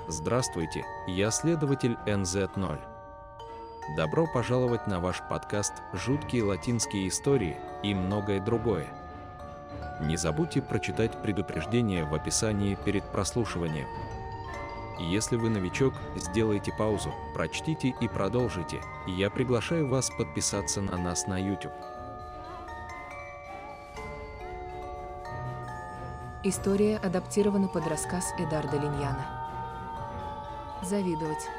Здравствуйте, я следователь NZ0. Добро пожаловать на ваш подкаст «Жуткие латинские истории» и многое другое. Не забудьте прочитать предупреждение в описании перед прослушиванием. Если вы новичок, сделайте паузу, прочтите и продолжите. Я приглашаю вас подписаться на нас на YouTube. История адаптирована под рассказ Эдарда Линьяна. Завидовать.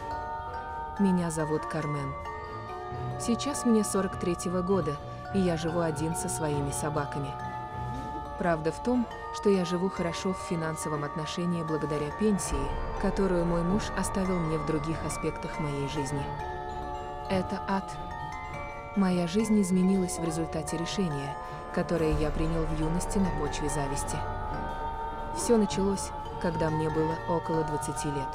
Меня зовут Кармен. Сейчас мне 43 года, и я живу один со своими собаками. Правда в том, что я живу хорошо в финансовом отношении благодаря пенсии, которую мой муж оставил мне в других аспектах моей жизни. Это ад. Моя жизнь изменилась в результате решения, которое я принял в юности на почве зависти. Все началось, когда мне было около 20 лет.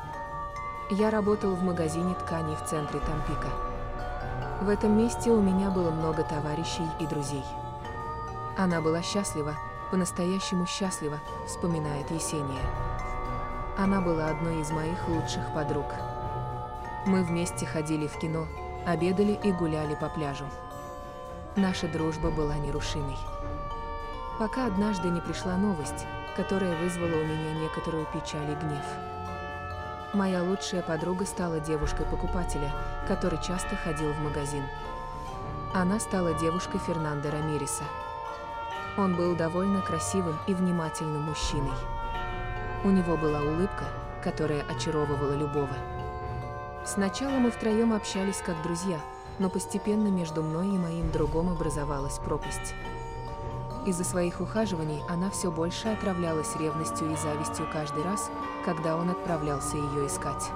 Я работал в магазине тканей в центре Тампико. В этом месте у меня было много товарищей и друзей. Она была счастлива, по-настоящему счастлива, вспоминает Есения. Она была одной из моих лучших подруг. Мы вместе ходили в кино, обедали и гуляли по пляжу. Наша дружба была нерушимой. Пока однажды не пришла новость, которая вызвала у меня некоторую печаль и гнев. Моя лучшая подруга стала девушкой покупателя, который часто ходил в магазин. Она стала девушкой Фернандо Рамиреса. Он был довольно красивым и внимательным мужчиной. У него была улыбка, которая очаровывала любого. Сначала мы втроем общались как друзья, но постепенно между мной и моим другом образовалась пропасть. Из-за своих ухаживаний она все больше отравлялась ревностью и завистью каждый раз, когда он отправлялся ее искать.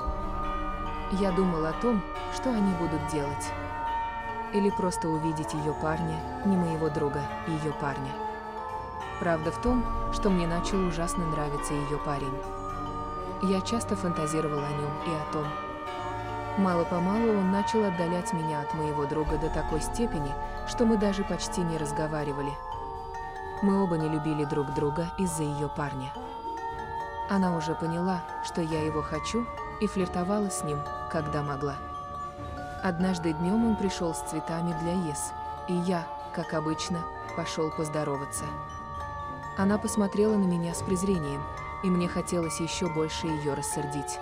Я думал о том, что они будут делать. Или просто увидеть ее парня, не моего друга, ее парня. Правда в том, что мне начал ужасно нравиться ее парень. Я часто фантазировал о нем и о том. Мало-помалу он начал отдалять меня от моего друга до такой степени, что мы даже почти не разговаривали. Мы оба не любили друг друга из-за ее парня. Она уже поняла, что я его хочу, и флиртовала с ним, когда могла. Однажды днем он пришел с цветами для Ес, и я, как обычно, пошел поздороваться. Она посмотрела на меня с презрением, и мне хотелось еще больше ее рассердить.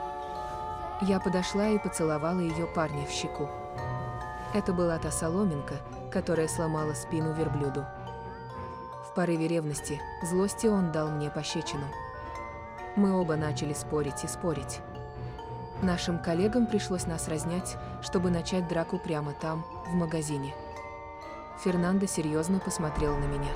Я подошла и поцеловала ее парня в щеку. Это была та соломинка, которая сломала спину верблюду. В порыве ревности, злости он дал мне пощечину. Мы оба начали спорить и спорить. Нашим коллегам пришлось нас разнять, чтобы начать драку прямо там, в магазине. Фернандо серьезно посмотрел на меня.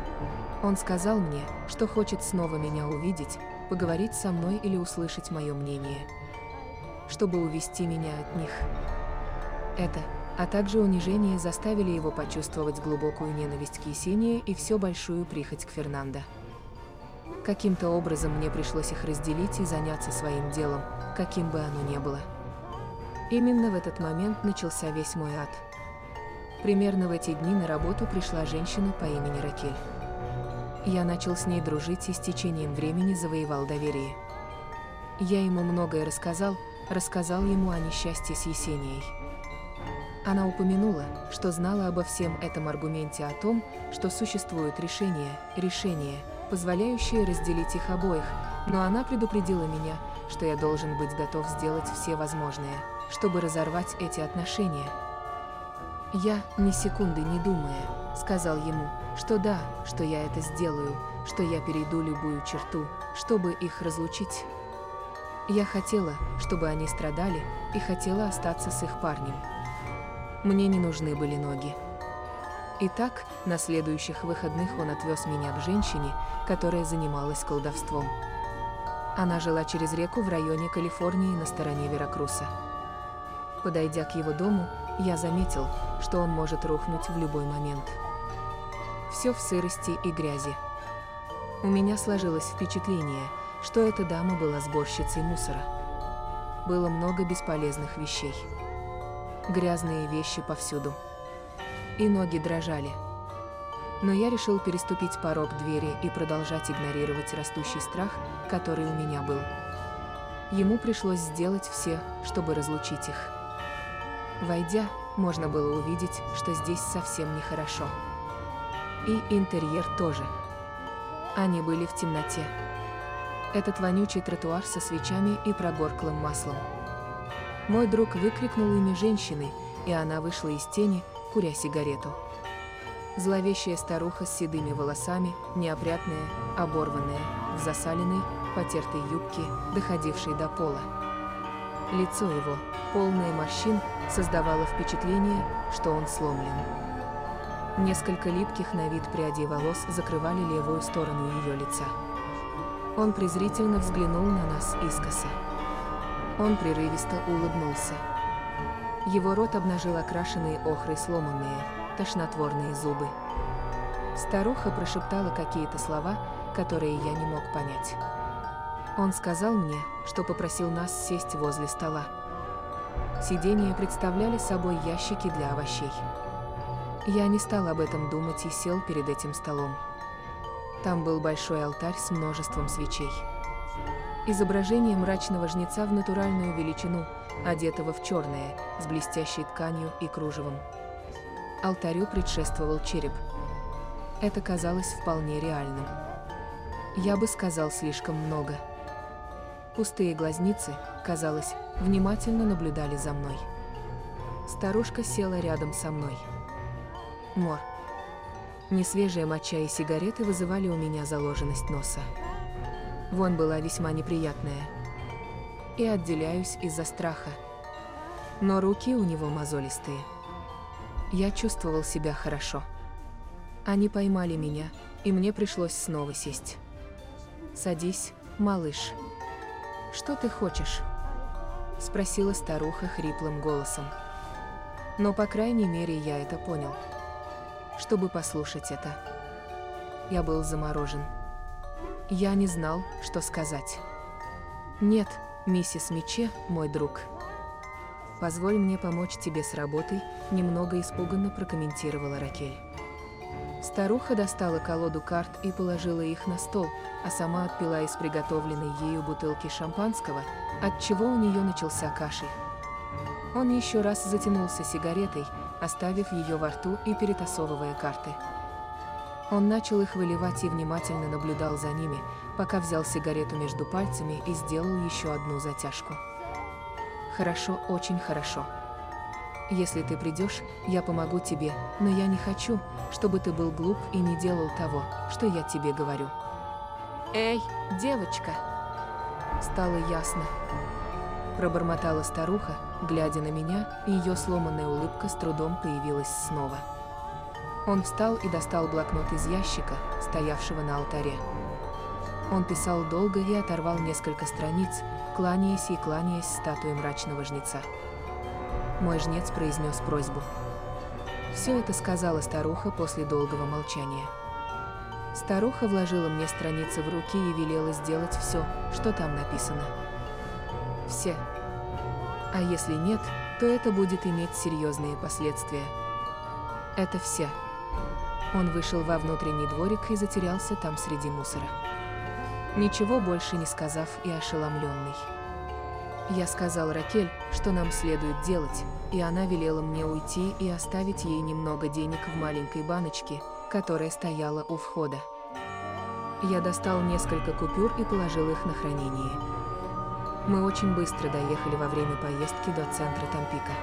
Он сказал мне, что хочет снова меня увидеть, поговорить со мной или услышать мое мнение, чтобы увести меня от них. Это, а также унижение заставили его почувствовать глубокую ненависть к Есении и всю большую прихоть к Фернандо. Каким-то образом мне пришлось их разделить и заняться своим делом, каким бы оно ни было. Именно в этот момент начался весь мой ад. Примерно в эти дни на работу пришла женщина по имени Ракель. Я начал с ней дружить и с течением времени завоевал доверие. Я ему многое рассказал ему о несчастье с Есенией. Она упомянула, что знала обо всем этом аргументе о том, что существуют решения, позволяющие разделить их обоих, но она предупредила меня, что я должен быть готов сделать все возможное, чтобы разорвать эти отношения. Я, ни секунды не думая, сказал ему, что да, что я это сделаю, что я перейду любую черту, чтобы их разлучить. Я хотела, чтобы они страдали, и хотела остаться с их парнем. Мне не нужны были ноги. Итак, на следующих выходных он отвез меня к женщине, которая занималась колдовством. Она жила через реку в районе Калифорнии на стороне Веракруса. Подойдя к его дому, я заметил, что он может рухнуть в любой момент. Все в сырости и грязи. У меня сложилось впечатление, что эта дама была сборщицей мусора. Было много бесполезных вещей. Грязные вещи повсюду. И ноги дрожали. Но я решил переступить порог двери и продолжать игнорировать растущий страх, который у меня был. Ему пришлось сделать все, чтобы разлучить их. Войдя, можно было увидеть, что здесь совсем нехорошо. И интерьер тоже. Они были в темноте. Этот вонючий тротуар со свечами и прогорклым маслом. Мой друг выкрикнул имя женщины, и она вышла из тени, куря сигарету. Зловещая старуха с седыми волосами, неопрятная, оборванная, в засаленной, потертой юбке, доходившей до пола. Лицо его, полное морщин, создавало впечатление, что он сломлен. Несколько липких на вид прядей волос закрывали левую сторону ее лица. Он презрительно взглянул на нас искоса. Он прерывисто улыбнулся. Его рот обнажил окрашенные охрой сломанные, тошнотворные зубы. Старуха прошептала какие-то слова, которые я не мог понять. Он сказал мне, что попросил нас сесть возле стола. Сиденья представляли собой ящики для овощей. Я не стал об этом думать и сел перед этим столом. Там был большой алтарь с множеством свечей. Изображение мрачного жнеца в натуральную величину, одетого в черное, с блестящей тканью и кружевом. Алтарю предшествовал череп. Это казалось вполне реальным. Я бы сказал, слишком много. Пустые глазницы, казалось, внимательно наблюдали за мной. Старушка села рядом со мной. Мор. Несвежая моча и сигареты вызывали у меня заложенность носа. Вонь была весьма неприятная. И отделяюсь из-за страха. Но руки у него мозолистые. Я чувствовал себя хорошо. Они поймали меня, и мне пришлось снова сесть. «Садись, малыш». «Что ты хочешь?» – спросила старуха хриплым голосом. Но, по крайней мере, я это понял. Чтобы послушать это. Я был заморожен. Я не знал, что сказать. «Нет, миссис Миче, мой друг. Позволь мне помочь тебе с работой», – немного испуганно прокомментировала Ракель. Старуха достала колоду карт и положила их на стол, а сама отпила из приготовленной ею бутылки шампанского, отчего у нее начался кашель. Он еще раз затянулся сигаретой, оставив ее во рту и перетасовывая карты. Он начал их выливать и внимательно наблюдал за ними, пока взял сигарету между пальцами и сделал еще одну затяжку. «Хорошо, очень хорошо. Если ты придешь, я помогу тебе, но я не хочу, чтобы ты был глуп и не делал того, что я тебе говорю». «Эй, девочка!» Стало ясно. Пробормотала старуха, глядя на меня, и ее сломанная улыбка с трудом появилась снова. Он встал и достал блокнот из ящика, стоявшего на алтаре. Он писал долго и оторвал несколько страниц, кланяясь и кланяясь статуе мрачного жнеца. Мой жнец произнес просьбу. Все это сказала старуха после долгого молчания. Старуха вложила мне страницы в руки и велела сделать все, что там написано. Все. А если нет, то это будет иметь серьезные последствия. Это все. Он вышел во внутренний дворик и затерялся там среди мусора. Ничего больше не сказав и ошеломленный. Я сказал Ракель, что нам следует делать, и она велела мне уйти и оставить ей немного денег в маленькой баночке, которая стояла у входа. Я достал несколько купюр и положил их на хранение. Мы очень быстро доехали во время поездки до центра Тампико.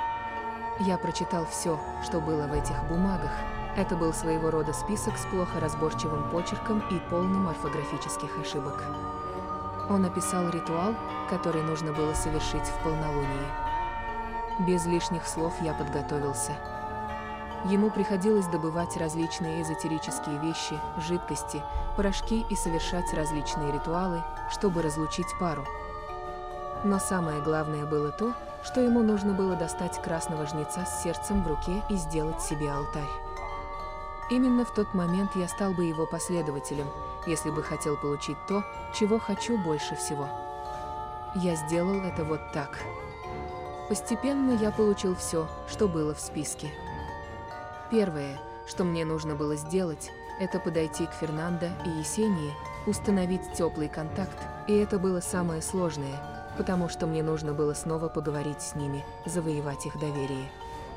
Я прочитал все, что было в этих бумагах. Это был своего рода список с плохо разборчивым почерком и полным орфографических ошибок. Он описал ритуал, который нужно было совершить в полнолуние. Без лишних слов я подготовился. Ему приходилось добывать различные эзотерические вещи, жидкости, порошки и совершать различные ритуалы, чтобы разлучить пару. Но самое главное было то, что ему нужно было достать красного жнеца с сердцем в руке и сделать себе алтарь. Именно в тот момент я стал бы его последователем, если бы хотел получить то, чего хочу больше всего. Я сделал это вот так. Постепенно я получил все, что было в списке. Первое, что мне нужно было сделать, это подойти к Фернандо и Есении, установить теплый контакт, и это было самое сложное, потому что мне нужно было снова поговорить с ними, завоевать их доверие.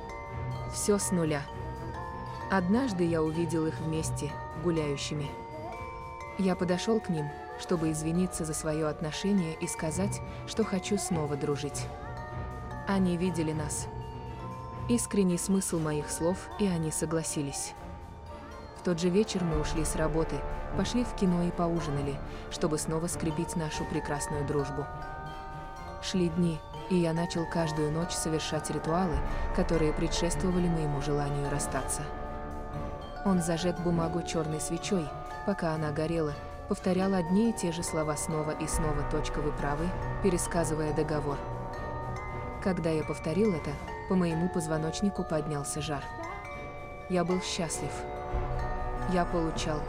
Все с нуля. Однажды я увидел их вместе, гуляющими. Я подошел к ним, чтобы извиниться за свое отношение и сказать, что хочу снова дружить. Они видели нас. Искренний смысл моих слов, и они согласились. В тот же вечер мы ушли с работы, пошли в кино и поужинали, чтобы снова скрепить нашу прекрасную дружбу. Шли дни, и я начал каждую ночь совершать ритуалы, которые предшествовали моему желанию расстаться. Он зажег бумагу черной свечой, пока она горела, повторял одни и те же слова снова и снова: «Вы правы», пересказывая договор. Когда я повторил это, по моему позвоночнику поднялся жар. Я был счастлив. Я получал.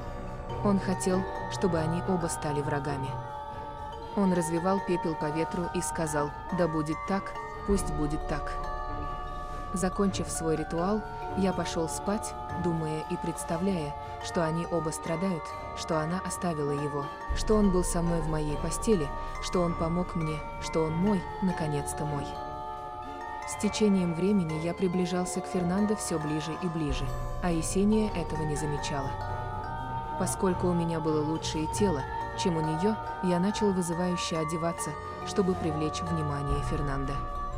Он хотел, чтобы они оба стали врагами. Он развевал пепел по ветру и сказал: «Да будет так, пусть будет так». Закончив свой ритуал, я пошел спать, думая и представляя, что они оба страдают, что она оставила его, что он был со мной в моей постели, что он помог мне, что он мой, наконец-то мой. С течением времени я приближался к Фернандо все ближе и ближе, а Есения этого не замечала. Поскольку у меня было лучшее тело, чем у нее, я начал вызывающе одеваться, чтобы привлечь внимание Фернандо.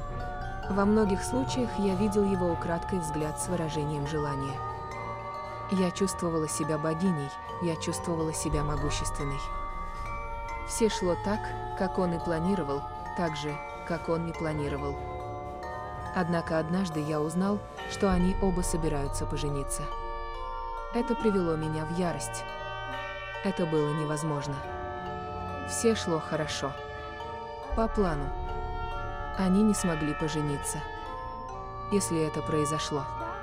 Во многих случаях я видел его украдкой взгляд с выражением желания. Я чувствовала себя богиней, я чувствовала себя могущественной. Все шло так, как он и планировал, так же, как он не планировал. Однако однажды я узнал, что они оба собираются пожениться. Это привело меня в ярость. Это было невозможно. Все шло хорошо. По плану. Они не смогли пожениться. Если это произошло,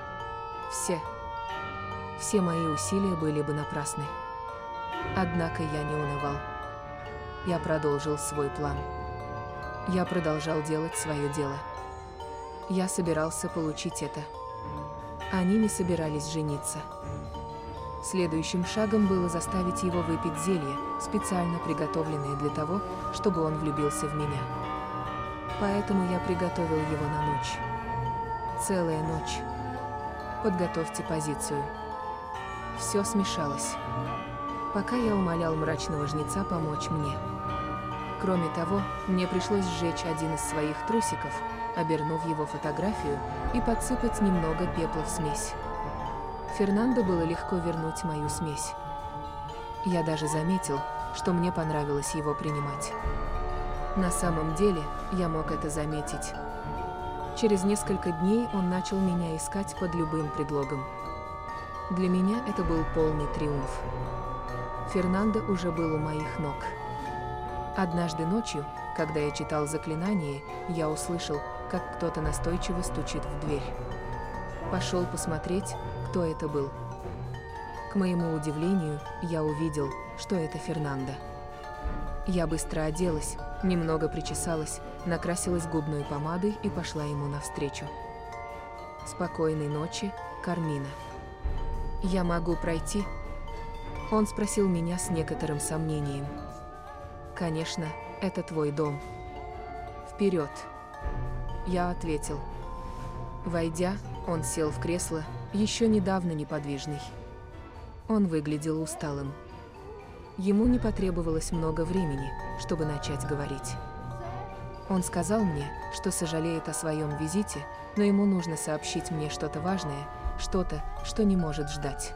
все мои усилия были бы напрасны. Однако я не унывал. Я продолжил свой план. Я продолжал делать свое дело. Я собирался получить это. Они не собирались жениться. Следующим шагом было заставить его выпить зелье, специально приготовленное для того, чтобы он влюбился в меня. Поэтому я приготовил его на ночь. Целая ночь. Подготовьте позицию. Все смешалось. Пока я умолял мрачного жнеца помочь мне. Кроме того, мне пришлось сжечь один из своих трусиков, обернув его фотографию, и подсыпать немного пепла в смесь. Фернандо было легко вернуть мою смесь. Я даже заметил, что мне понравилось его принимать. На самом деле, я мог это заметить. Через несколько дней он начал меня искать под любым предлогом. Для меня это был полный триумф. Фернандо уже был у моих ног. Однажды ночью, когда я читал заклинание, я услышал, как кто-то настойчиво стучит в дверь. Пошел посмотреть, кто это был. К моему удивлению, я увидел, что это Фернандо. Я быстро оделась, немного причесалась, накрасилась губной помадой и пошла ему навстречу. «Спокойной ночи, Кармина. Я могу пройти?» Он спросил меня с некоторым сомнением. «Конечно, это твой дом. Вперед!» Я ответил. Войдя, он сел в кресло, еще недавно неподвижный. Он выглядел усталым. Ему не потребовалось много времени, чтобы начать говорить. Он сказал мне, что сожалеет о своем визите, но ему нужно сообщить мне что-то важное, что-то, что не может ждать.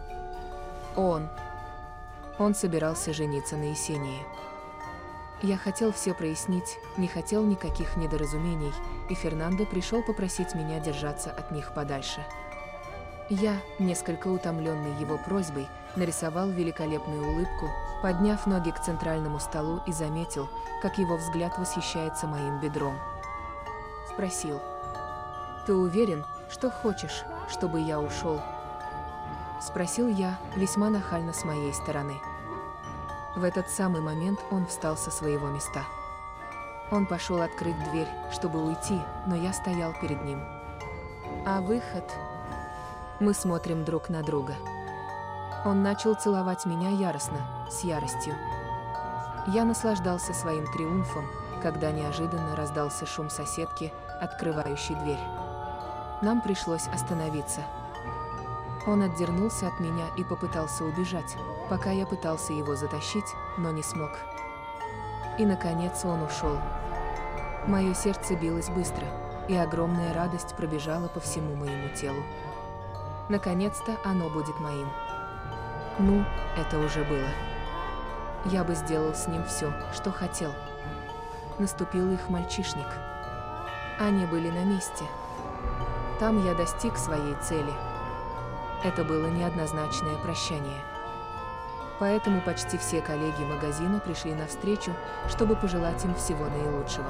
Он собирался жениться на Есении. Я хотел все прояснить, не хотел никаких недоразумений, и Фернандо пришел попросить меня держаться от них подальше. Я, несколько утомленный его просьбой, нарисовал великолепную улыбку, подняв ноги к центральному столу, и заметил, как его взгляд восхищается моим бедром. Спросил: «Ты уверен, что хочешь, чтобы я ушел?» Спросил я, весьма нахально с моей стороны. В этот самый момент он встал со своего места. Он пошел открыть дверь, чтобы уйти, но я стоял перед ним. А выход? Мы смотрим друг на друга. Он начал целовать меня яростно, с яростью. Я наслаждался своим триумфом, когда неожиданно раздался шум соседки, открывающей дверь. Нам пришлось остановиться. Он отдернулся от меня и попытался убежать, пока я пытался его затащить, но не смог. И, наконец, он ушел. Мое сердце билось быстро, и огромная радость пробежала по всему моему телу. Наконец-то оно будет моим. Ну, это уже было. Я бы сделал с ним все, что хотел. Наступил их мальчишник. Они были на месте. Там я достиг своей цели. Это было неоднозначное прощание. Поэтому почти все коллеги магазина пришли навстречу, чтобы пожелать им всего наилучшего.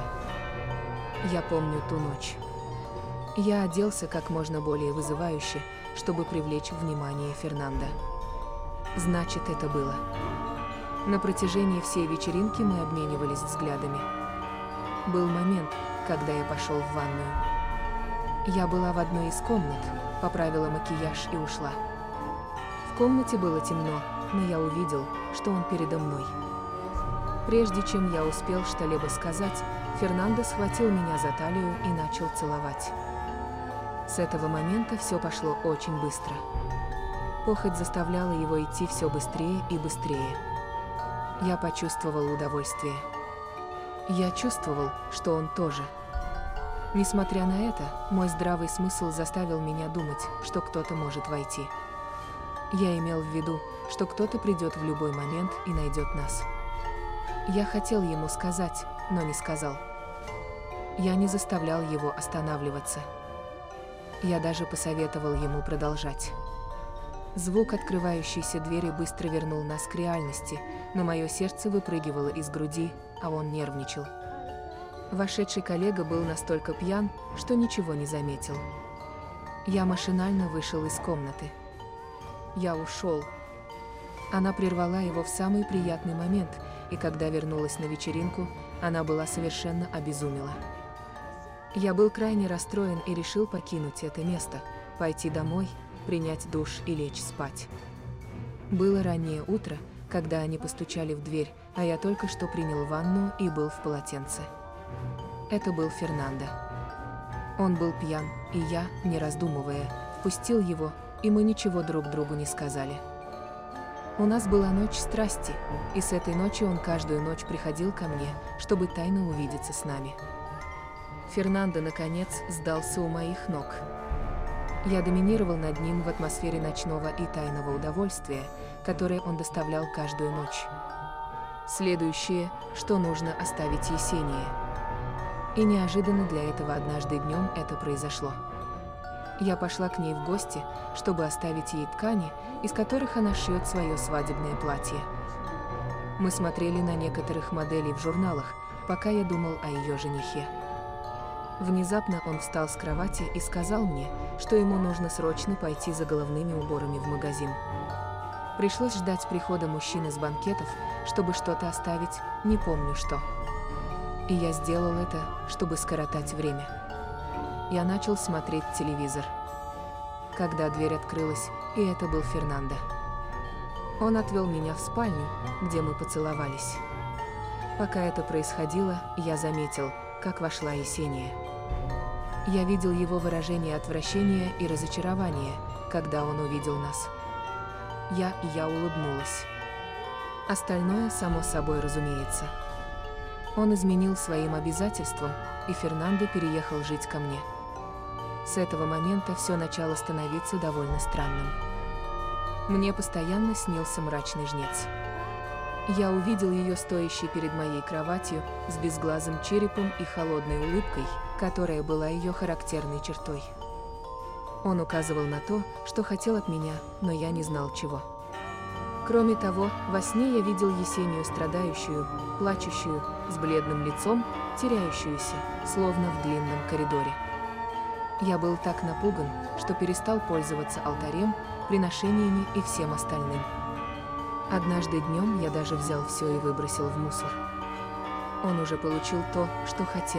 Я помню ту ночь. Я оделся как можно более вызывающе, чтобы привлечь внимание Фернандо. Значит, это было. На протяжении всей вечеринки мы обменивались взглядами. Был момент, когда я пошел в ванную. Я была в одной из комнат, поправила макияж и ушла. В комнате было темно, но я увидел, что он передо мной. Прежде чем я успел что-либо сказать, Фернандо схватил меня за талию и начал целовать. С этого момента все пошло очень быстро. Похоть заставляла его идти все быстрее и быстрее. Я почувствовал удовольствие. Я чувствовал, что он тоже. Несмотря на это, мой здравый смысл заставил меня думать, что кто-то может войти. Я имел в виду, что кто-то придет в любой момент и найдет нас. Я хотел ему сказать, но не сказал. Я не заставлял его останавливаться. Я даже посоветовал ему продолжать. Звук открывающейся двери быстро вернул нас к реальности, но мое сердце выпрыгивало из груди, а он нервничал. Вошедший коллега был настолько пьян, что ничего не заметил. Я машинально вышел из комнаты. Я ушел. Она прервала его в самый приятный момент, и когда вернулась на вечеринку, она была совершенно обезумела. Я был крайне расстроен и решил покинуть это место, пойти домой, принять душ и лечь спать. Было раннее утро, когда они постучали в дверь, а я только что принял ванну и был в полотенце. Это был Фернандо. Он был пьян, и я, не раздумывая, впустил его, и мы ничего друг другу не сказали. У нас была ночь страсти, и с этой ночи он каждую ночь приходил ко мне, чтобы тайно увидеться с нами. Фернандо, наконец, сдался у моих ног. Я доминировал над ним в атмосфере ночного и тайного удовольствия, которое он доставлял каждую ночь. Следующее, что нужно оставить Есения. И неожиданно для этого однажды днем это произошло. Я пошла к ней в гости, чтобы оставить ей ткани, из которых она шьет свое свадебное платье. Мы смотрели на некоторых моделей в журналах, пока я думал о ее женихе. Внезапно он встал с кровати и сказал мне, что ему нужно срочно пойти за головными уборами в магазин. Пришлось ждать прихода мужчины с банкетов, чтобы что-то оставить, не помню что. И я сделал это, чтобы скоротать время. Я начал смотреть телевизор. Когда дверь открылась, и это был Фернандо. Он отвел меня в спальню, где мы поцеловались. Пока это происходило, я заметил, как вошла Есения. Я видел его выражение отвращения и разочарования, когда он увидел нас. Я улыбнулась. Остальное само собой разумеется. Он изменил своим обязательствам, и Фернандо переехал жить ко мне. С этого момента все начало становиться довольно странным. Мне постоянно снился мрачный жнец. Я увидел ее стоящей перед моей кроватью, с безглазым черепом и холодной улыбкой, которая была ее характерной чертой. Он указывал на то, что хотел от меня, но я не знал чего. Кроме того, во сне я видел Есению страдающую, плачущую, с бледным лицом, теряющуюся, словно в длинном коридоре. Я был так напуган, что перестал пользоваться алтарем, приношениями и всем остальным. Однажды днем я даже взял все и выбросил в мусор. Он уже получил то, что хотел.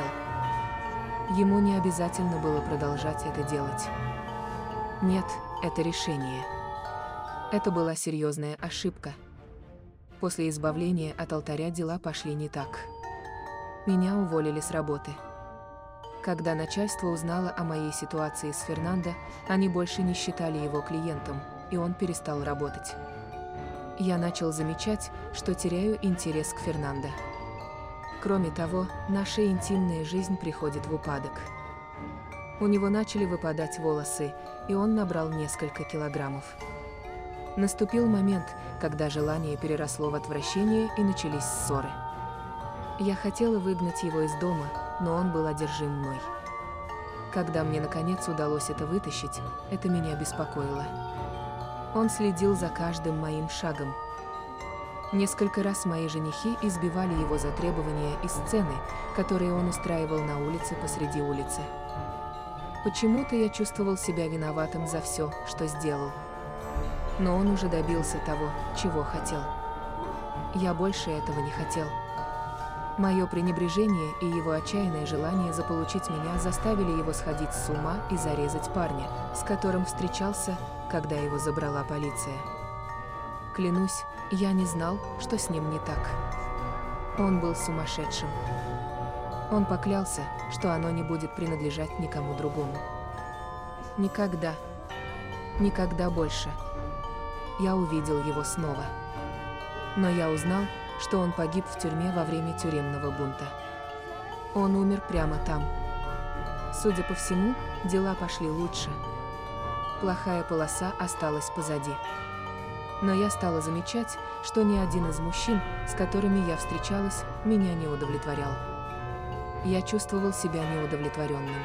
Ему не обязательно было продолжать это делать. Нет, это решение. Это была серьезная ошибка. После избавления от алтаря дела пошли не так. Меня уволили с работы. Когда начальство узнало о моей ситуации с Фернандо, они больше не считали его клиентом, и он перестал работать. Я начал замечать, что теряю интерес к Фернандо. Кроме того, наша интимная жизнь приходит в упадок. У него начали выпадать волосы, и он набрал несколько килограммов. Наступил момент, когда желание переросло в отвращение и начались ссоры. Я хотела выгнать его из дома, но он был одержим мной. Когда мне наконец удалось это вытащить, это меня беспокоило. Он следил за каждым моим шагом. Несколько раз мои женихи избивали его за требования и сцены, которые он устраивал на улице посреди улицы. Почему-то я чувствовал себя виноватым за все, что сделал. Но он уже добился того, чего хотел. Я больше этого не хотел. Мое пренебрежение и его отчаянное желание заполучить меня заставили его сходить с ума и зарезать парня, с которым встречался, когда его забрала полиция. Клянусь, я не знал, что с ним не так. Он был сумасшедшим. Он поклялся, что оно не будет принадлежать никому другому. Никогда, никогда больше. Я увидел его снова. Но я узнал, что он погиб в тюрьме во время тюремного бунта. Он умер прямо там. Судя по всему, дела пошли лучше. Плохая полоса осталась позади. Но я стала замечать, что ни один из мужчин, с которыми я встречалась, меня не удовлетворял. Я чувствовал себя неудовлетворенным.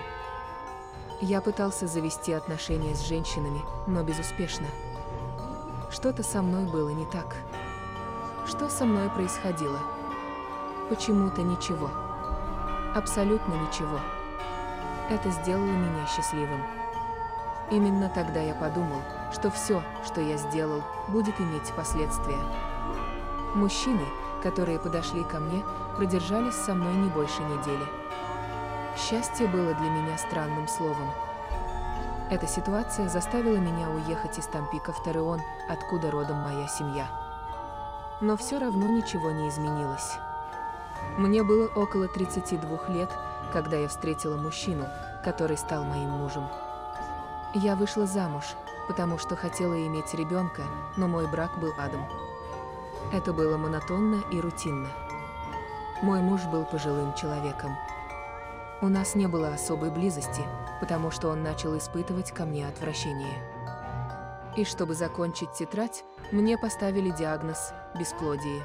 Я пытался завести отношения с женщинами, но безуспешно. Что-то со мной было не так. Что со мной происходило? Почему-то ничего. Абсолютно ничего. Это сделало меня счастливым. Именно тогда я подумал, что все, что я сделал, будет иметь последствия. Мужчины, которые подошли ко мне, продержались со мной не больше недели. Счастье было для меня странным словом. Эта ситуация заставила меня уехать из Тампико в Торреон, откуда родом моя семья. Но все равно ничего не изменилось. Мне было около 32 лет, когда я встретила мужчину, который стал моим мужем. Я вышла замуж, потому что хотела иметь ребенка, но мой брак был адом. Это было монотонно и рутинно. Мой муж был пожилым человеком. У нас не было особой близости, потому что он начал испытывать ко мне отвращение. И чтобы закончить тетрадь, мне поставили диагноз «бесплодие».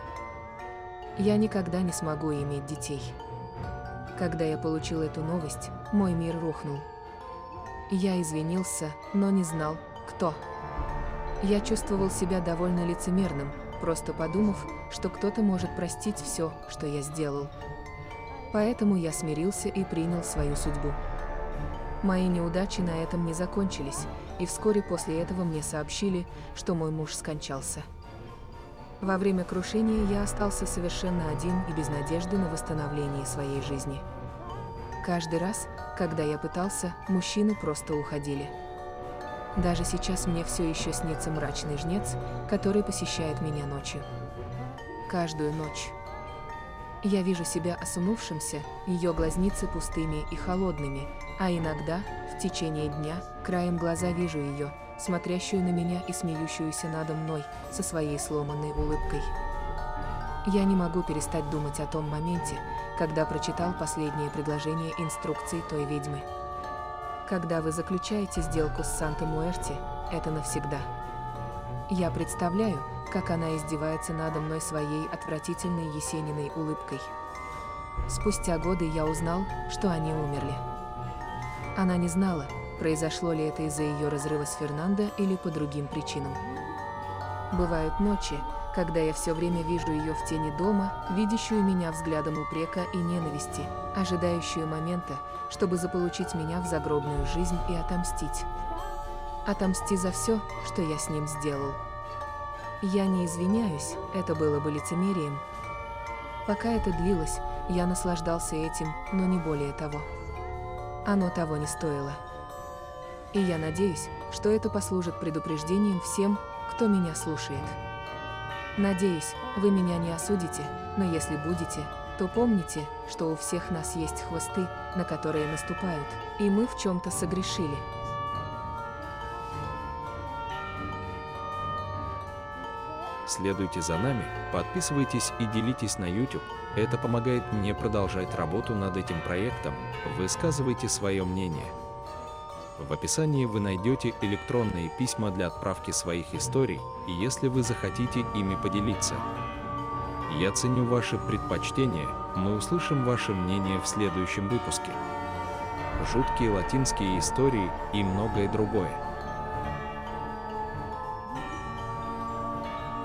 Я никогда не смогу иметь детей. Когда я получил эту новость, мой мир рухнул. Я извинился, но не знал, кто. Я чувствовал себя довольно лицемерным, просто подумав, что кто-то может простить все, что я сделал. Поэтому я смирился и принял свою судьбу. Мои неудачи на этом не закончились, и вскоре после этого мне сообщили, что мой муж скончался. Во время крушения я остался совершенно один и без надежды на восстановление своей жизни. Каждый раз, когда я пытался, мужчины просто уходили. Даже сейчас мне все еще снится мрачный жнец, который посещает меня ночью. Каждую ночь. Я вижу себя осунувшимся, ее глазницы пустыми и холодными, а иногда, в течение дня, краем глаза вижу ее, смотрящую на меня и смеющуюся надо мной, со своей сломанной улыбкой. Я не могу перестать думать о том моменте, когда прочитал последнее предложение инструкций той ведьмы. Когда вы заключаете сделку с Санта-Муэрте, это навсегда. Я представляю, как она издевается надо мной своей отвратительной Есениной улыбкой. Спустя годы я узнал, что они умерли. Она не знала, произошло ли это из-за ее разрыва с Фернандо или по другим причинам. Бывают ночи, когда я все время вижу ее в тени дома, видящую меня взглядом упрека и ненависти, ожидающую момента, чтобы заполучить меня в загробную жизнь и отомстить. Отомсти за все, что я с ним сделал. Я не извиняюсь, это было бы лицемерием. Пока это длилось, я наслаждался этим, но не более того. Оно того не стоило. И я надеюсь, что это послужит предупреждением всем, кто меня слушает. Надеюсь, вы меня не осудите, но если будете, то помните, что у всех нас есть хвосты, на которые наступают, и мы в чем-то согрешили. Следуйте за нами, подписывайтесь и делитесь на YouTube. Это помогает мне продолжать работу над этим проектом. Высказывайте свое мнение. В описании вы найдете электронные письма для отправки своих историй, и если вы захотите ими поделиться. Я ценю ваши предпочтения, мы услышим ваше мнение в следующем выпуске. Жуткие латинские истории и многое другое.